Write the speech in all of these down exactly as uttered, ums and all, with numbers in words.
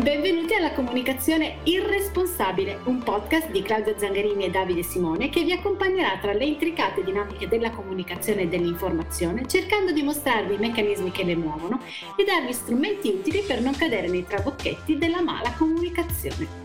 Benvenuti alla Comunicazione Irresponsabile, un podcast di Claudia Zangarini e Davide Simone che vi accompagnerà tra le intricate dinamiche della comunicazione e dell'informazione, cercando di mostrarvi i meccanismi che le muovono e darvi strumenti utili per non cadere nei trabocchetti della mala comunicazione.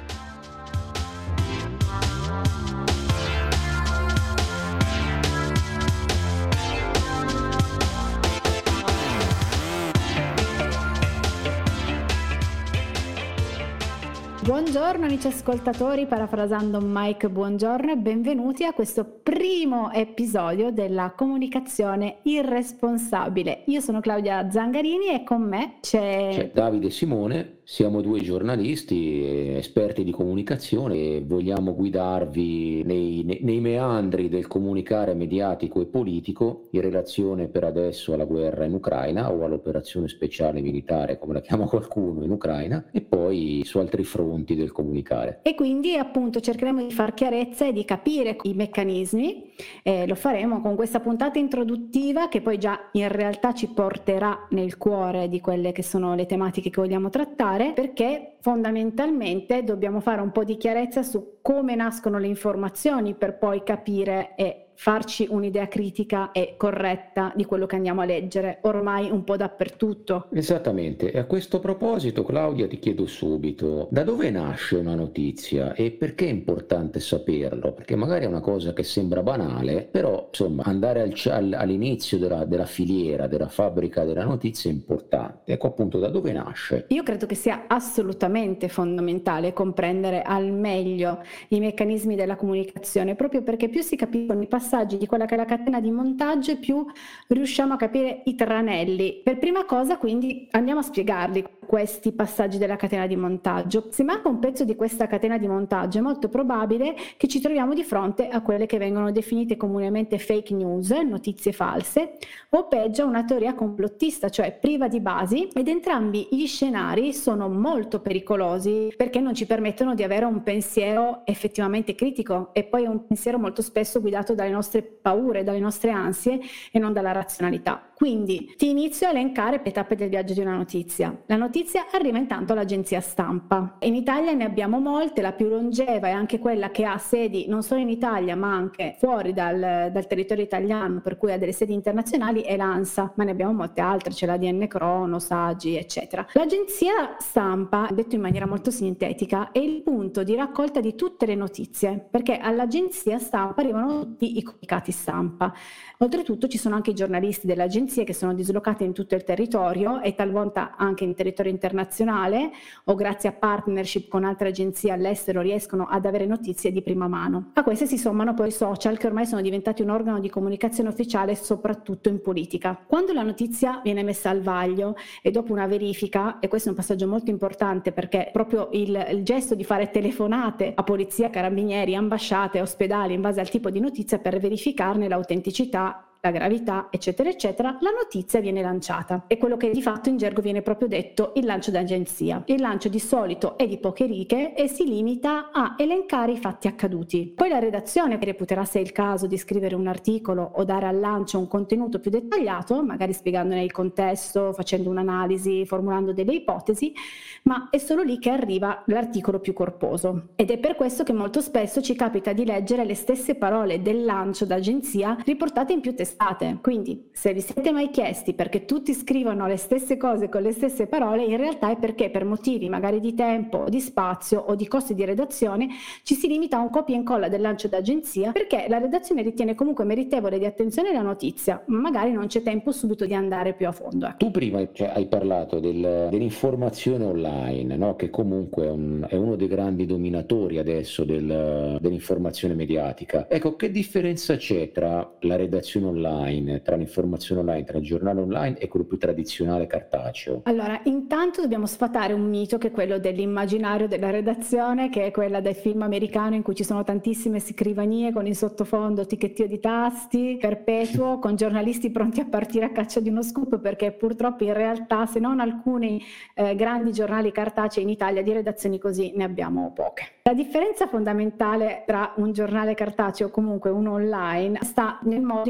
Buongiorno amici ascoltatori, parafrasando Mike Buongiorno, e benvenuti a questo primo episodio della Comunicazione Irresponsabile. Io sono Claudia Zangarini e con me c'è... c'è Davide Simone. Siamo due giornalisti, esperti di comunicazione e vogliamo guidarvi nei, nei, nei meandri del comunicare mediatico e politico in relazione per adesso alla guerra in Ucraina o all'operazione speciale militare, come la chiama qualcuno, in Ucraina, e poi su altri fronti del comunicare. E quindi appunto cercheremo di far chiarezza e di capire i meccanismi. Eh, lo faremo con questa puntata introduttiva che poi già in realtà ci porterà nel cuore di quelle che sono le tematiche che vogliamo trattare, perché fondamentalmente dobbiamo fare un po' di chiarezza su come nascono le informazioni per poi capire e farci un'idea critica e corretta di quello che andiamo a leggere ormai un po' dappertutto. Esattamente, e a questo proposito Claudia ti chiedo subito, da dove nasce una notizia e perché è importante saperlo? Perché magari è una cosa che sembra banale, però insomma andare al, al, all'inizio della, della filiera, della fabbrica della notizia è importante. Ecco appunto da dove nasce. Io credo che sia assolutamente fondamentale comprendere al meglio i meccanismi della comunicazione, proprio perché più si capiscono i passaggi di quella che è la catena di montaggio e più riusciamo a capire i tranelli. Per prima cosa quindi andiamo a spiegarli questi passaggi della catena di montaggio. Se manca un pezzo di questa catena di montaggio è molto probabile che ci troviamo di fronte a quelle che vengono definite comunemente fake news, notizie false, o peggio una teoria complottista, cioè priva di basi, ed entrambi gli scenari sono molto pericolosi perché non ci permettono di avere un pensiero effettivamente critico e poi un pensiero molto spesso guidato dalle nostre paure, dalle nostre ansie e non dalla razionalità. Quindi ti inizio a elencare le tappe del viaggio di una notizia. La notizia arriva intanto all'agenzia stampa. In Italia ne abbiamo molte, la più longeva è anche quella che ha sedi non solo in Italia ma anche fuori dal, dal territorio italiano, per cui ha delle sedi internazionali, è l'ANSA, ma ne abbiamo molte altre, c'è la D N Cronos, Agi, eccetera. L'agenzia stampa, detto in maniera molto sintetica, è il punto di raccolta di tutte le notizie, perché all'agenzia stampa arrivano tutti i comunicati stampa. Oltretutto ci sono anche i giornalisti delle agenzie che sono dislocati in tutto il territorio e talvolta anche in territorio internazionale o grazie a partnership con altre agenzie all'estero riescono ad avere notizie di prima mano. A queste si sommano poi i social che ormai sono diventati un organo di comunicazione ufficiale soprattutto in politica. Quando la notizia viene messa al vaglio e dopo una verifica, e questo è un passaggio molto importante perché proprio il, il gesto di fare telefonate a polizia, carabinieri, ambasciate, ospedali in base al tipo di notizia per verificarne l'autenticità, la gravità, eccetera, eccetera, la notizia viene lanciata. E quello che di fatto in gergo viene proprio detto il lancio d'agenzia. Il lancio di solito è di poche righe e si limita a elencare i fatti accaduti. Poi la redazione reputerà se è il caso di scrivere un articolo o dare al lancio un contenuto più dettagliato, magari spiegandone il contesto, facendo un'analisi, formulando delle ipotesi, ma è solo lì che arriva l'articolo più corposo. Ed è per questo che molto spesso ci capita di leggere le stesse parole del lancio d'agenzia riportate in più testate. Quindi se vi siete mai chiesti perché tutti scrivono le stesse cose con le stesse parole, in realtà è perché per motivi magari di tempo, di spazio o di costi di redazione ci si limita a un copia e incolla del lancio d'agenzia perché la redazione ritiene comunque meritevole di attenzione la notizia, ma magari non c'è tempo subito di andare più a fondo. Ecco. Tu prima cioè, hai parlato del, dell'informazione online, no? Che comunque è, un, è uno dei grandi dominatori adesso del, dell'informazione mediatica. Ecco, che differenza c'è tra la redazione online online, tra l'informazione online, tra il giornale online e quello più tradizionale cartaceo? Allora, intanto dobbiamo sfatare un mito che è quello dell'immaginario della redazione, che è quella del film americano in cui ci sono tantissime scrivanie con in sottofondo ticchettio di tasti perpetuo, con giornalisti pronti a partire a caccia di uno scoop, perché purtroppo in realtà, se non alcuni eh, grandi giornali cartacei in Italia, di redazioni così ne abbiamo poche. La differenza fondamentale tra un giornale cartaceo o comunque uno online sta nel modo in cui le notizie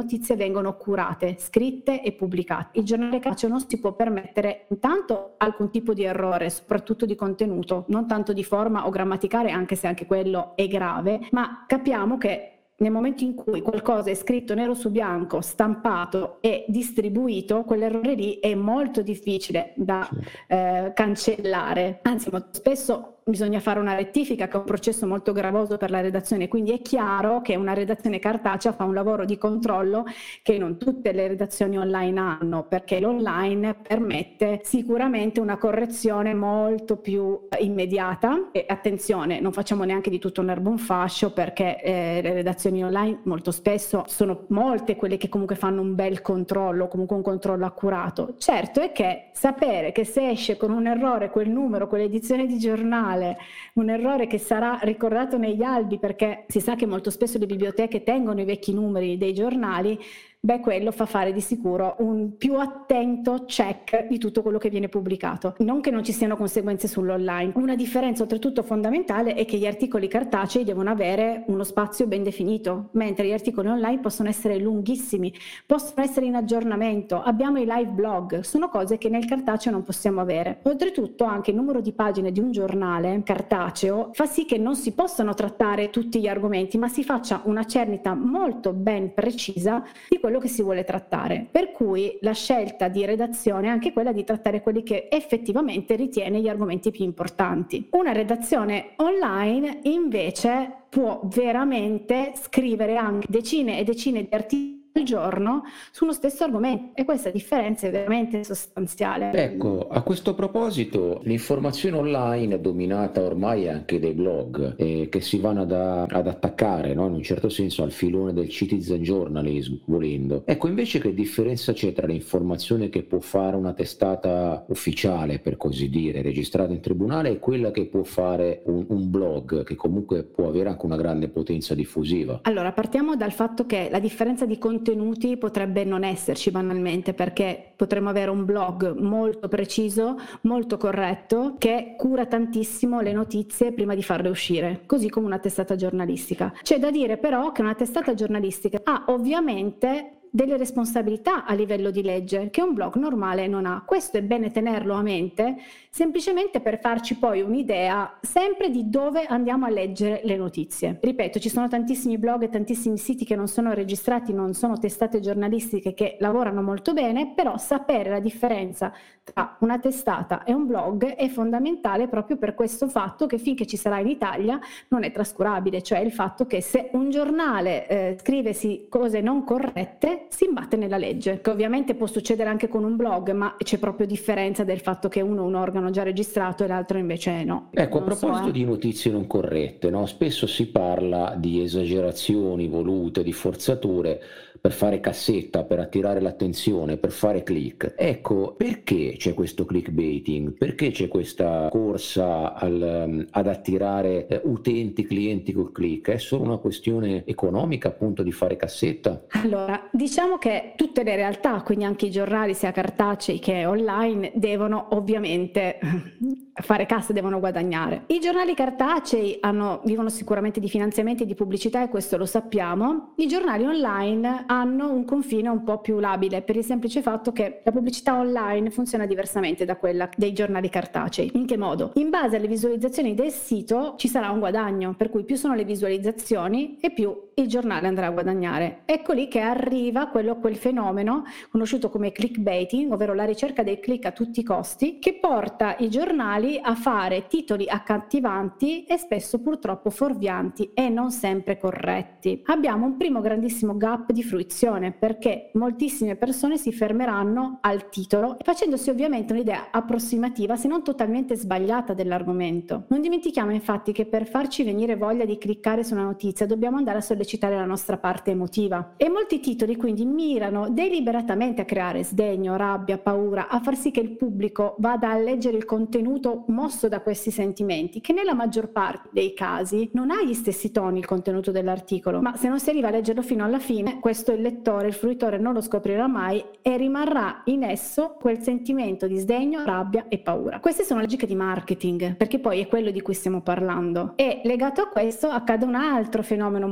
notizie vengono curate, scritte e pubblicate. Il giornale cartaceo non si può permettere intanto alcun tipo di errore, soprattutto di contenuto, non tanto di forma o grammaticale, anche se anche quello è grave, ma capiamo che nel momento in cui qualcosa è scritto nero su bianco, stampato e distribuito, quell'errore lì è molto difficile da eh, cancellare, anzi molto spesso bisogna fare una rettifica, che è un processo molto gravoso per la redazione, quindi è chiaro che una redazione cartacea fa un lavoro di controllo che non tutte le redazioni online hanno, perché l'online permette sicuramente una correzione molto più immediata. E attenzione, non facciamo neanche di tutto un erbo un fascio, perché eh, le redazioni online molto spesso sono molte quelle che comunque fanno un bel controllo, comunque un controllo accurato. Certo è che sapere che se esce con un errore quel numero, quell'edizione di giornale, un errore che sarà ricordato negli albi, perché si sa che molto spesso le biblioteche tengono i vecchi numeri dei giornali, beh, quello fa fare di sicuro un più attento check di tutto quello che viene pubblicato. Non che non ci siano conseguenze sull'online. Una differenza oltretutto fondamentale è che gli articoli cartacei devono avere uno spazio ben definito, mentre gli articoli online possono essere lunghissimi, possono essere in aggiornamento, abbiamo i live blog, sono cose che nel cartaceo non possiamo avere. Oltretutto anche il numero di pagine di un giornale cartaceo fa sì che non si possano trattare tutti gli argomenti, ma si faccia una cernita molto ben precisa di quello che si vuole trattare, per cui la scelta di redazione è anche quella di trattare quelli che effettivamente ritiene gli argomenti più importanti. Una redazione online invece può veramente scrivere anche decine e decine di articoli al giorno su uno stesso argomento, e questa differenza è veramente sostanziale. Ecco, a questo proposito, l'informazione online è dominata ormai anche dai blog eh, che si vanno ad, ad attaccare, no? In un certo senso al filone del citizen journalism, volendo. Ecco, invece che differenza c'è tra l'informazione che può fare una testata ufficiale, per così dire, registrata in tribunale, e quella che può fare un, un blog, che comunque può avere anche una grande potenza diffusiva? Allora, partiamo dal fatto che la differenza di contenuti potrebbe non esserci banalmente, perché potremmo avere un blog molto preciso, molto corretto, che cura tantissimo le notizie prima di farle uscire, così come una testata giornalistica. C'è da dire però che una testata giornalistica ha ovviamente delle responsabilità a livello di legge che un blog normale non ha. Questo è bene tenerlo a mente, semplicemente per farci poi un'idea sempre di dove andiamo a leggere le notizie. Ripeto, ci sono tantissimi blog e tantissimi siti che non sono registrati, non sono testate giornalistiche, che lavorano molto bene, però sapere la differenza tra una testata e un blog è fondamentale, proprio per questo fatto che finché ci sarà in Italia non è trascurabile, cioè il fatto che se un giornale eh, scrive sì, cose non corrette, si imbatte nella legge, che ovviamente può succedere anche con un blog, ma c'è proprio differenza del fatto che uno è un organo già registrato e l'altro invece no. Ecco, a Non so, proposito eh. di notizie non corrette, no? Spesso si parla di esagerazioni volute, di forzature per fare cassetta, per attirare l'attenzione, per fare click. Ecco, perché c'è questo clickbaiting? Perché c'è questa corsa al, ad attirare eh, utenti, clienti col click? È solo una questione economica, appunto, di fare cassetta? Allora, diciamo che tutte le realtà, quindi anche i giornali sia cartacei che online, devono ovviamente fare cassa, devono guadagnare. I giornali cartacei hanno, vivono sicuramente di finanziamenti e di pubblicità, e questo lo sappiamo. I giornali online hanno un confine un po' più labile, per il semplice fatto che la pubblicità online funziona diversamente da quella dei giornali cartacei. In che modo? In base alle visualizzazioni del sito ci sarà un guadagno, per cui più sono le visualizzazioni e più il giornale andrà a guadagnare. Ecco lì che arriva quello, quel fenomeno conosciuto come clickbaiting, ovvero la ricerca del click a tutti i costi, che porta i giornali a fare titoli accattivanti e spesso purtroppo fuorvianti e non sempre corretti. Abbiamo un primo grandissimo gap di fruizione, perché moltissime persone si fermeranno al titolo, facendosi ovviamente un'idea approssimativa, se non totalmente sbagliata, dell'argomento. Non dimentichiamo infatti che per farci venire voglia di cliccare su una notizia dobbiamo andare a sollecitare la nostra parte emotiva, e molti titoli quindi mirano deliberatamente a creare sdegno, rabbia, paura, a far sì che il pubblico vada a leggere il contenuto mosso da questi sentimenti, che nella maggior parte dei casi non ha gli stessi toni il contenuto dell'articolo, ma se non si arriva a leggerlo fino alla fine, questo il lettore, il fruitore non lo scoprirà mai, e rimarrà in esso quel sentimento di sdegno, rabbia e paura. Queste sono logiche di marketing, perché poi è quello di cui stiamo parlando, e legato a questo accade un altro fenomeno molto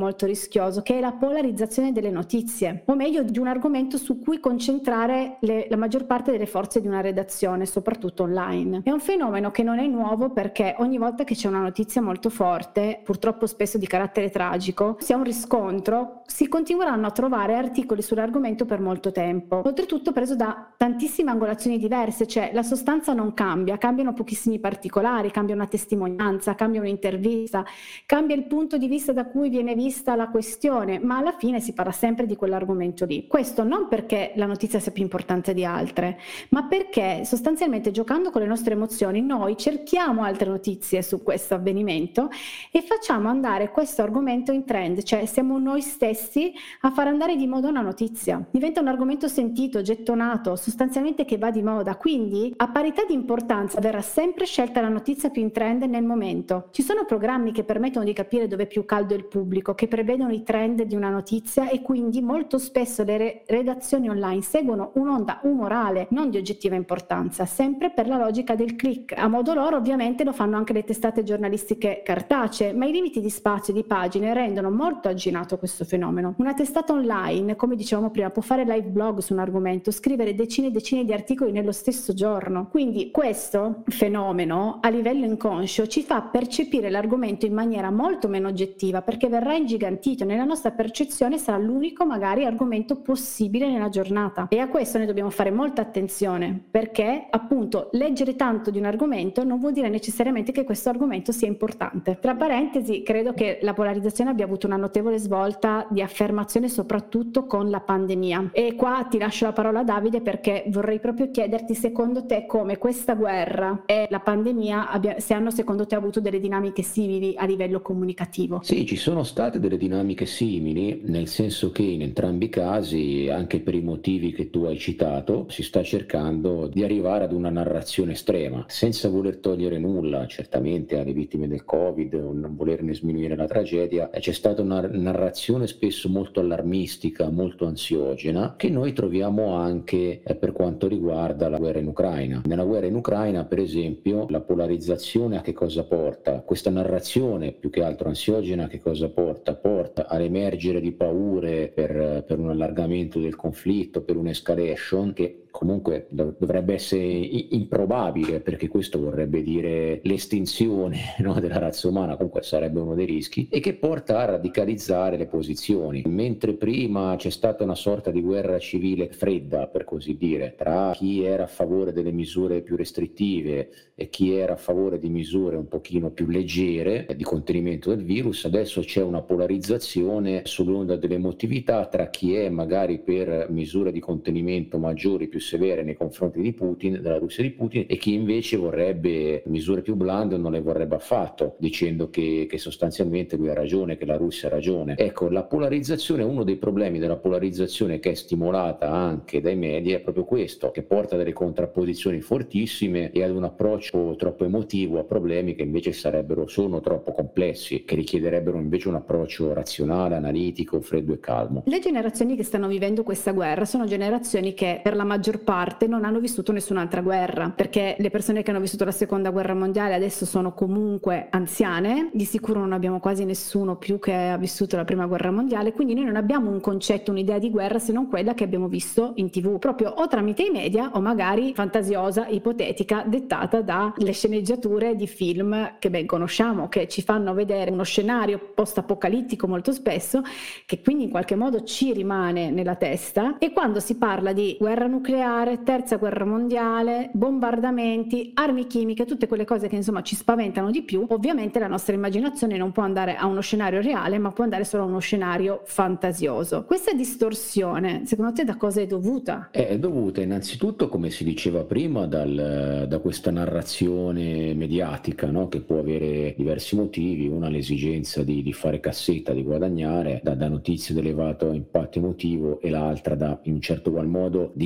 rischioso, che è la polarizzazione delle notizie, o meglio di un argomento su cui concentrare le, la maggior parte delle forze di una redazione, soprattutto online. È un fenomeno che non è nuovo, perché ogni volta che c'è una notizia molto forte, purtroppo spesso di carattere tragico, si ha un riscontro, si continueranno a trovare articoli sull'argomento per molto tempo, oltretutto preso da tantissime angolazioni diverse, cioè la sostanza non cambia, cambiano pochissimi particolari, cambia una testimonianza, cambia un'intervista, cambia il punto di vista da cui viene vista la questione, ma alla fine si parla sempre di quell'argomento lì. Questo non perché la notizia sia più importante di altre, ma perché sostanzialmente, giocando con le nostre emozioni, noi cerchiamo altre notizie su questo avvenimento e facciamo andare questo argomento in trend, cioè siamo noi stessi a far andare di moda una notizia. Diventa un argomento sentito, gettonato, sostanzialmente che va di moda, quindi a parità di importanza verrà sempre scelta la notizia più in trend nel momento. Ci sono programmi che permettono di capire dove è più caldo il pubblico, che prevedono i trend di una notizia, e quindi molto spesso le re- redazioni online seguono un'onda umorale, non di oggettiva importanza, sempre per la logica del click. A modo loro ovviamente lo fanno anche le testate giornalistiche cartacee, ma i limiti di spazio e di pagine rendono molto aginato questo fenomeno. Una testata online, come dicevamo prima, può fare live blog su un argomento, scrivere decine e decine di articoli nello stesso giorno. Quindi questo fenomeno a livello inconscio ci fa percepire l'argomento in maniera molto meno oggettiva, perché verrà ingigantito, nella nostra percezione sarà l'unico magari argomento possibile nella giornata, e a questo noi dobbiamo fare molta attenzione, perché appunto leggere tanto di un argomento non vuol dire necessariamente che questo argomento sia importante. Tra parentesi, credo che la polarizzazione abbia avuto una notevole svolta di affermazione soprattutto con la pandemia, e qua ti lascio la parola, Davide, perché vorrei proprio chiederti, secondo te, come questa guerra e la pandemia abbia, se hanno secondo te avuto delle dinamiche simili a livello comunicativo. Sì, ci sono state delle dinamiche simili, nel senso che in entrambi i casi, anche per i motivi che tu hai citato, si sta cercando di arrivare ad una narrazione estrema, senza voler togliere nulla certamente alle vittime del Covid o non volerne sminuire la tragedia. C'è stata una narrazione spesso molto allarmistica, molto ansiogena, che noi troviamo anche eh, per quanto riguarda la guerra in Ucraina. Nella guerra in Ucraina, per esempio, la polarizzazione a che cosa porta? Questa narrazione più che altro ansiogena a che cosa porta? Porta all'emergere di paure per, per un allargamento del conflitto, per un'escalation che comunque dovrebbe essere improbabile, perché questo vorrebbe dire l'estinzione, no, della razza umana, comunque sarebbe uno dei rischi, e che porta a radicalizzare le posizioni. Mentre prima c'è stata una sorta di guerra civile fredda, per così dire, tra chi era a favore delle misure più restrittive e chi era a favore di misure un pochino più leggere di contenimento del virus, adesso c'è una polarizzazione sull'onda dell'emotività tra chi è magari per misure di contenimento maggiori, più severe nei confronti di Putin, della Russia di Putin, e chi invece vorrebbe misure più blande o non le vorrebbe affatto, dicendo che, che sostanzialmente lui ha ragione, che la Russia ha ragione. Ecco, la polarizzazione, uno dei problemi della polarizzazione che è stimolata anche dai media è proprio questo, che porta a delle contrapposizioni fortissime e ad un approccio troppo emotivo a problemi che invece sarebbero, sono troppo complessi, che richiederebbero invece un approccio razionale, analitico, freddo e calmo. Le generazioni che stanno vivendo questa guerra sono generazioni che per la maggior parte non hanno vissuto nessun'altra guerra, perché le persone che hanno vissuto la seconda guerra mondiale adesso sono comunque anziane, di sicuro non abbiamo quasi nessuno più che ha vissuto la prima guerra mondiale, quindi noi non abbiamo un concetto, un'idea di guerra se non quella che abbiamo visto in tv, proprio o tramite i media o magari fantasiosa, ipotetica, dettata dalle sceneggiature di film che ben conosciamo, che ci fanno vedere uno scenario post-apocalittico molto spesso, che quindi in qualche modo ci rimane nella testa, e quando si parla di guerra nucleare, terza guerra mondiale, bombardamenti, armi chimiche, tutte quelle cose che insomma ci spaventano di più, ovviamente la nostra immaginazione non può andare a uno scenario reale, ma può andare solo a uno scenario fantasioso. Questa distorsione, secondo te, da cosa è dovuta? È dovuta innanzitutto, come si diceva prima, dal, da questa narrazione mediatica, no? Che può avere diversi motivi, una l'esigenza di, di fare cassetta, di guadagnare, da, da notizie di elevato impatto emotivo, e l'altra da in un certo qual modo dirigere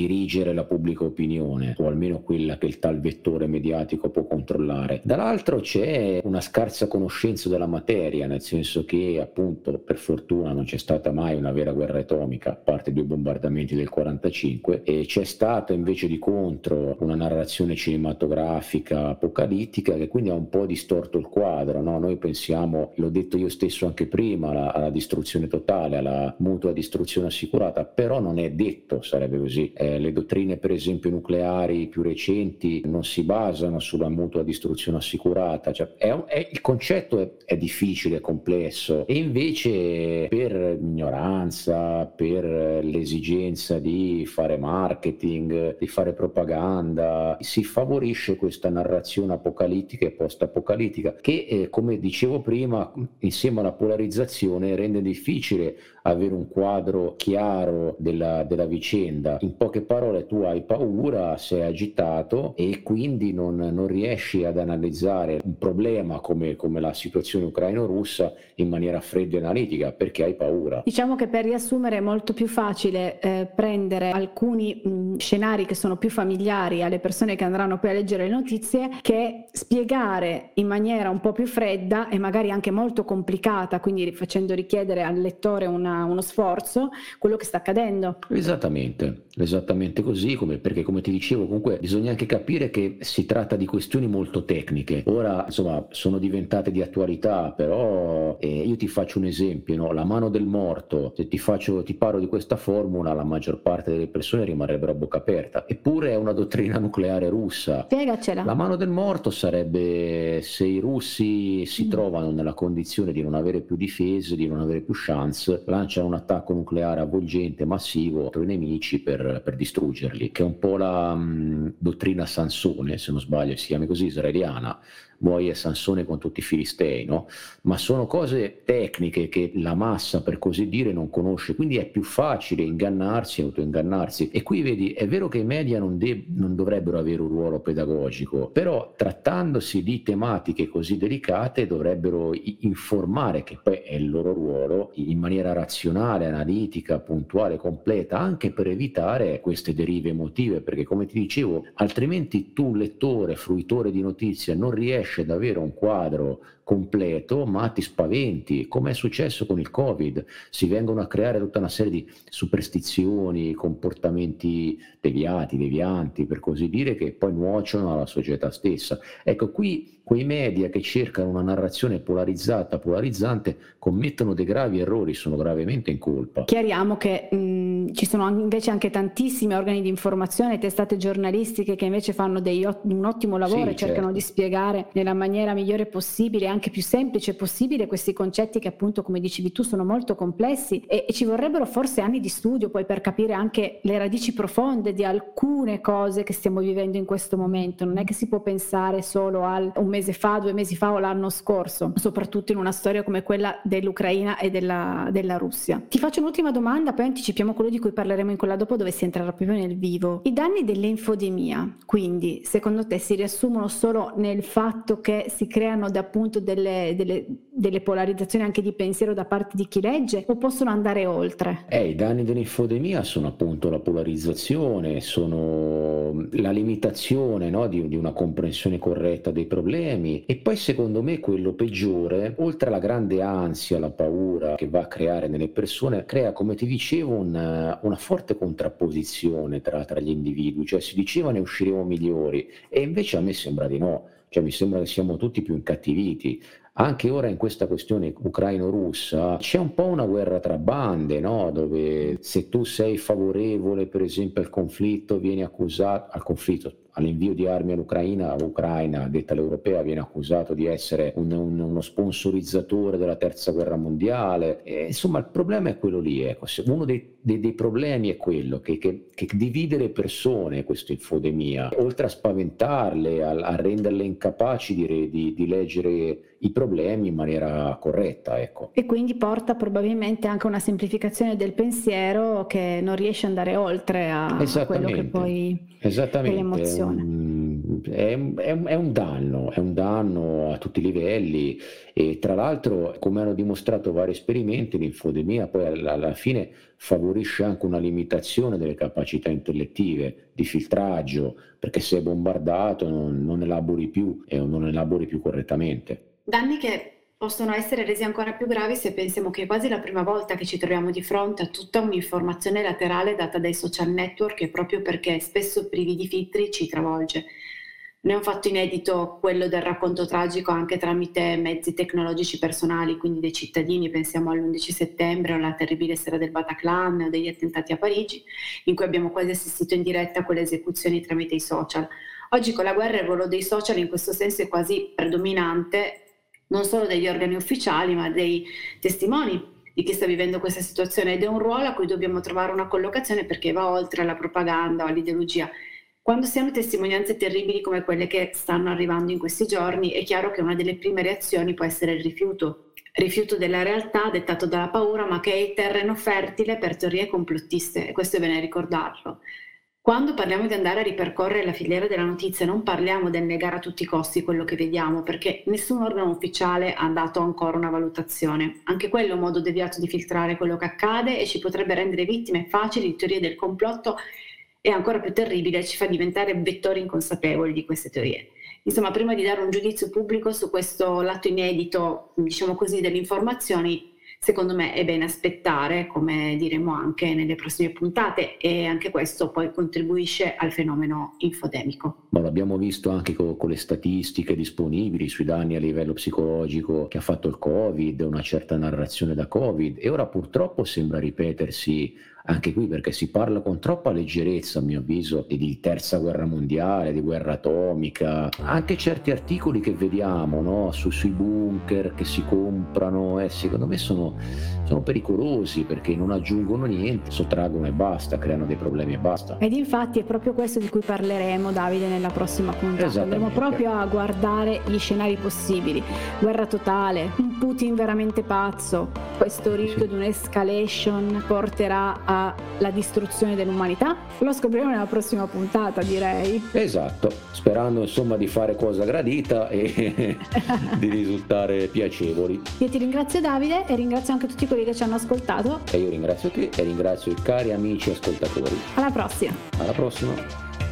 spingere la pubblica opinione, o almeno quella che il tal vettore mediatico può controllare. Dall'altro c'è una scarsa conoscenza della materia, nel senso che appunto per fortuna non c'è stata mai una vera guerra atomica, a parte due bombardamenti del quarantacinque, e c'è stata invece di contro una narrazione cinematografica apocalittica che quindi ha un po' distorto il quadro, no? Noi pensiamo, l'ho detto io stesso anche prima, alla, alla distruzione totale, alla mutua distruzione assicurata, però non è detto sarebbe così. Eh, le dottrine per esempio nucleari più recenti non si basano sulla mutua distruzione assicurata, cioè, è un, è, il concetto è, è difficile, è complesso, e invece per ignoranza, per l'esigenza di fare marketing, di fare propaganda, si favorisce questa narrazione apocalittica e post-apocalittica che, eh, come dicevo prima, insieme alla polarizzazione rende difficile avere un quadro chiaro della, della vicenda. In poche parole, tu hai paura, sei agitato e quindi non, non riesci ad analizzare un problema come, come la situazione ucraino-russa in maniera fredda e analitica, perché hai paura. Diciamo che, per riassumere, è molto più facile eh, prendere alcuni mh, scenari che sono più familiari alle persone che andranno poi a leggere le notizie, che spiegare in maniera un po' più fredda e magari anche molto complicata, quindi facendo richiedere al lettore una, uno sforzo, quello che sta accadendo. Esattamente, esattamente così, come, perché come ti dicevo comunque bisogna anche capire che si tratta di questioni molto tecniche. Ora insomma sono diventate di attualità, però eh, io ti faccio un esempio, no? La mano del morto, se ti, faccio, ti parlo di questa formula, la maggior parte delle persone rimarrebbero a bocca aperta, eppure è una dottrina nucleare russa. Spiegacela. La mano del morto sarebbe se i russi si Mm. trovano nella condizione di non avere più difese, di non avere più chance, lanciano un attacco nucleare avvolgente, massivo contro i nemici per, per distruggerli, che è un po' la mh, dottrina Sansone, se non sbaglio si chiama così, israeliana, muoia Sansone con tutti i filistei, no? Ma sono cose tecniche che la massa, per così dire, non conosce, quindi è più facile ingannarsi e autoingannarsi. E qui vedi, è vero che i media non, de- non dovrebbero avere un ruolo pedagogico, però trattandosi di tematiche così delicate dovrebbero i- informare, che poi è il loro ruolo, in maniera razionale, analitica, puntuale, completa, anche per evitare queste derive emotive, perché come ti dicevo, altrimenti tu, lettore, fruitore di notizie, non riesci ad avere un quadro completo, ma ti spaventi, come è successo con il Covid. Si vengono a creare tutta una serie di superstizioni, comportamenti deviati, devianti, per così dire, che poi nuociono alla società stessa. Ecco, qui quei media che cercano una narrazione polarizzata, polarizzante, commettono dei gravi errori, sono gravemente in colpa. Chiariamo che mh, ci sono invece anche tantissimi organi di informazione, testate giornalistiche che invece fanno dei, un ottimo lavoro Sì, e cercano certo. di spiegare nella maniera migliore possibile, anche più semplice possibile, questi concetti che appunto, come dicevi tu, sono molto complessi e, e ci vorrebbero forse anni di studio poi per capire anche le radici profonde di alcune cose che stiamo vivendo in questo momento. Non è che si può pensare solo al un mese fa, due mesi fa o l'anno scorso, soprattutto in una storia come quella dell'Ucraina e della, della Russia. Ti faccio un'ultima domanda, poi anticipiamo quello di cui parleremo in quella dopo, dove si entrerà proprio nel vivo. I danni dell'infodemia, quindi, secondo te si riassumono solo nel fatto che si creano da appunto delle, delle, delle polarizzazioni anche di pensiero da parte di chi legge, o possono andare oltre? Eh, i danni dell'infodemia sono appunto la polarizzazione, sono la limitazione, no, di, di una comprensione corretta dei problemi, e poi secondo me quello peggiore, oltre alla grande ansia, la paura che va a creare nelle persone, crea, come ti dicevo, una, una forte contrapposizione tra, tra gli individui, cioè si diceva ne usciremo migliori, e invece a me sembra di no. Cioè mi sembra che siamo tutti più incattiviti. Anche ora in questa questione ucraino-russa c'è un po' una guerra tra bande, no? Dove se tu sei favorevole per esempio al conflitto vieni accusato, al conflitto, all'invio di armi all'Ucraina, l'Ucraina, detta l'europea, viene accusato di essere un, un, uno sponsorizzatore della terza guerra mondiale. E, insomma, il problema è quello lì. Ecco. Uno dei, dei, dei problemi è quello che, che, che divide le persone, questa infodemia, oltre a spaventarle, a, a renderle incapaci di, di, di leggere i problemi in maniera corretta, ecco. E quindi porta probabilmente anche a una semplificazione del pensiero che non riesce ad andare oltre a quello che Esattamente, poi è esattamente. l'emozione. Mm, è, è, è un danno, è un danno a tutti i livelli e tra l'altro, come hanno dimostrato vari esperimenti, l'infodemia poi alla, alla fine favorisce anche una limitazione delle capacità intellettive di filtraggio, perché se è bombardato non, non elabori più e non elabori più correttamente. Danni che possono essere resi ancora più gravi se pensiamo che è quasi la prima volta che ci troviamo di fronte a tutta un'informazione laterale data dai social network e proprio perché spesso privi di filtri ci travolge. Non è un fatto inedito quello del racconto tragico anche tramite mezzi tecnologici personali, quindi dei cittadini, pensiamo all'undici settembre o alla terribile sera del Bataclan o degli attentati a Parigi, in cui abbiamo quasi assistito in diretta a quelle esecuzioni tramite i social. Oggi con la guerra il ruolo dei social in questo senso è quasi predominante, non solo degli organi ufficiali, ma dei testimoni di chi sta vivendo questa situazione, ed è un ruolo a cui dobbiamo trovare una collocazione perché va oltre alla propaganda o all'ideologia. Quando si hanno testimonianze terribili come quelle che stanno arrivando in questi giorni, è chiaro che una delle prime reazioni può essere il rifiuto. Rifiuto della realtà dettato dalla paura, ma che è il terreno fertile per teorie complottiste, e questo è bene ricordarlo. Quando parliamo di andare a ripercorrere la filiera della notizia, non parliamo del negare a tutti i costi quello che vediamo, perché nessun organo ufficiale ha dato ancora una valutazione. Anche quello è un modo deviato di filtrare quello che accade e ci potrebbe rendere vittime facili di teorie del complotto e ancora più terribile, ci fa diventare vettori inconsapevoli di queste teorie. Insomma, prima di dare un giudizio pubblico su questo lato inedito, diciamo così, delle informazioni, secondo me è bene aspettare, come diremo anche nelle prossime puntate, e anche questo poi contribuisce al fenomeno infodemico. Ma l'abbiamo visto anche con, con le statistiche disponibili sui danni a livello psicologico che ha fatto il Covid, una certa narrazione da Covid, e ora purtroppo sembra ripetersi anche qui, perché si parla con troppa leggerezza, a mio avviso, di terza guerra mondiale, di guerra atomica, anche certi articoli che vediamo, no? Su, sui bunker che si comprano, eh, secondo me sono, sono pericolosi perché non aggiungono niente, sottraggono e basta, creano dei problemi e basta. Ed infatti è proprio questo di cui parleremo, Davide, nella prossima puntata. Andremo proprio a guardare gli scenari possibili: guerra totale, un Putin veramente pazzo, questo rischio sì. di un'escalation porterà alla distruzione dell'umanità? Lo scopriremo nella prossima puntata, direi. Esatto, sperando insomma di fare cosa gradita e di risultare piacevoli. Io ti ringrazio, Davide, e ringrazio anche tutti quelli che ci hanno ascoltato. E io ringrazio te e ringrazio i cari amici ascoltatori. Alla prossima. Alla prossima.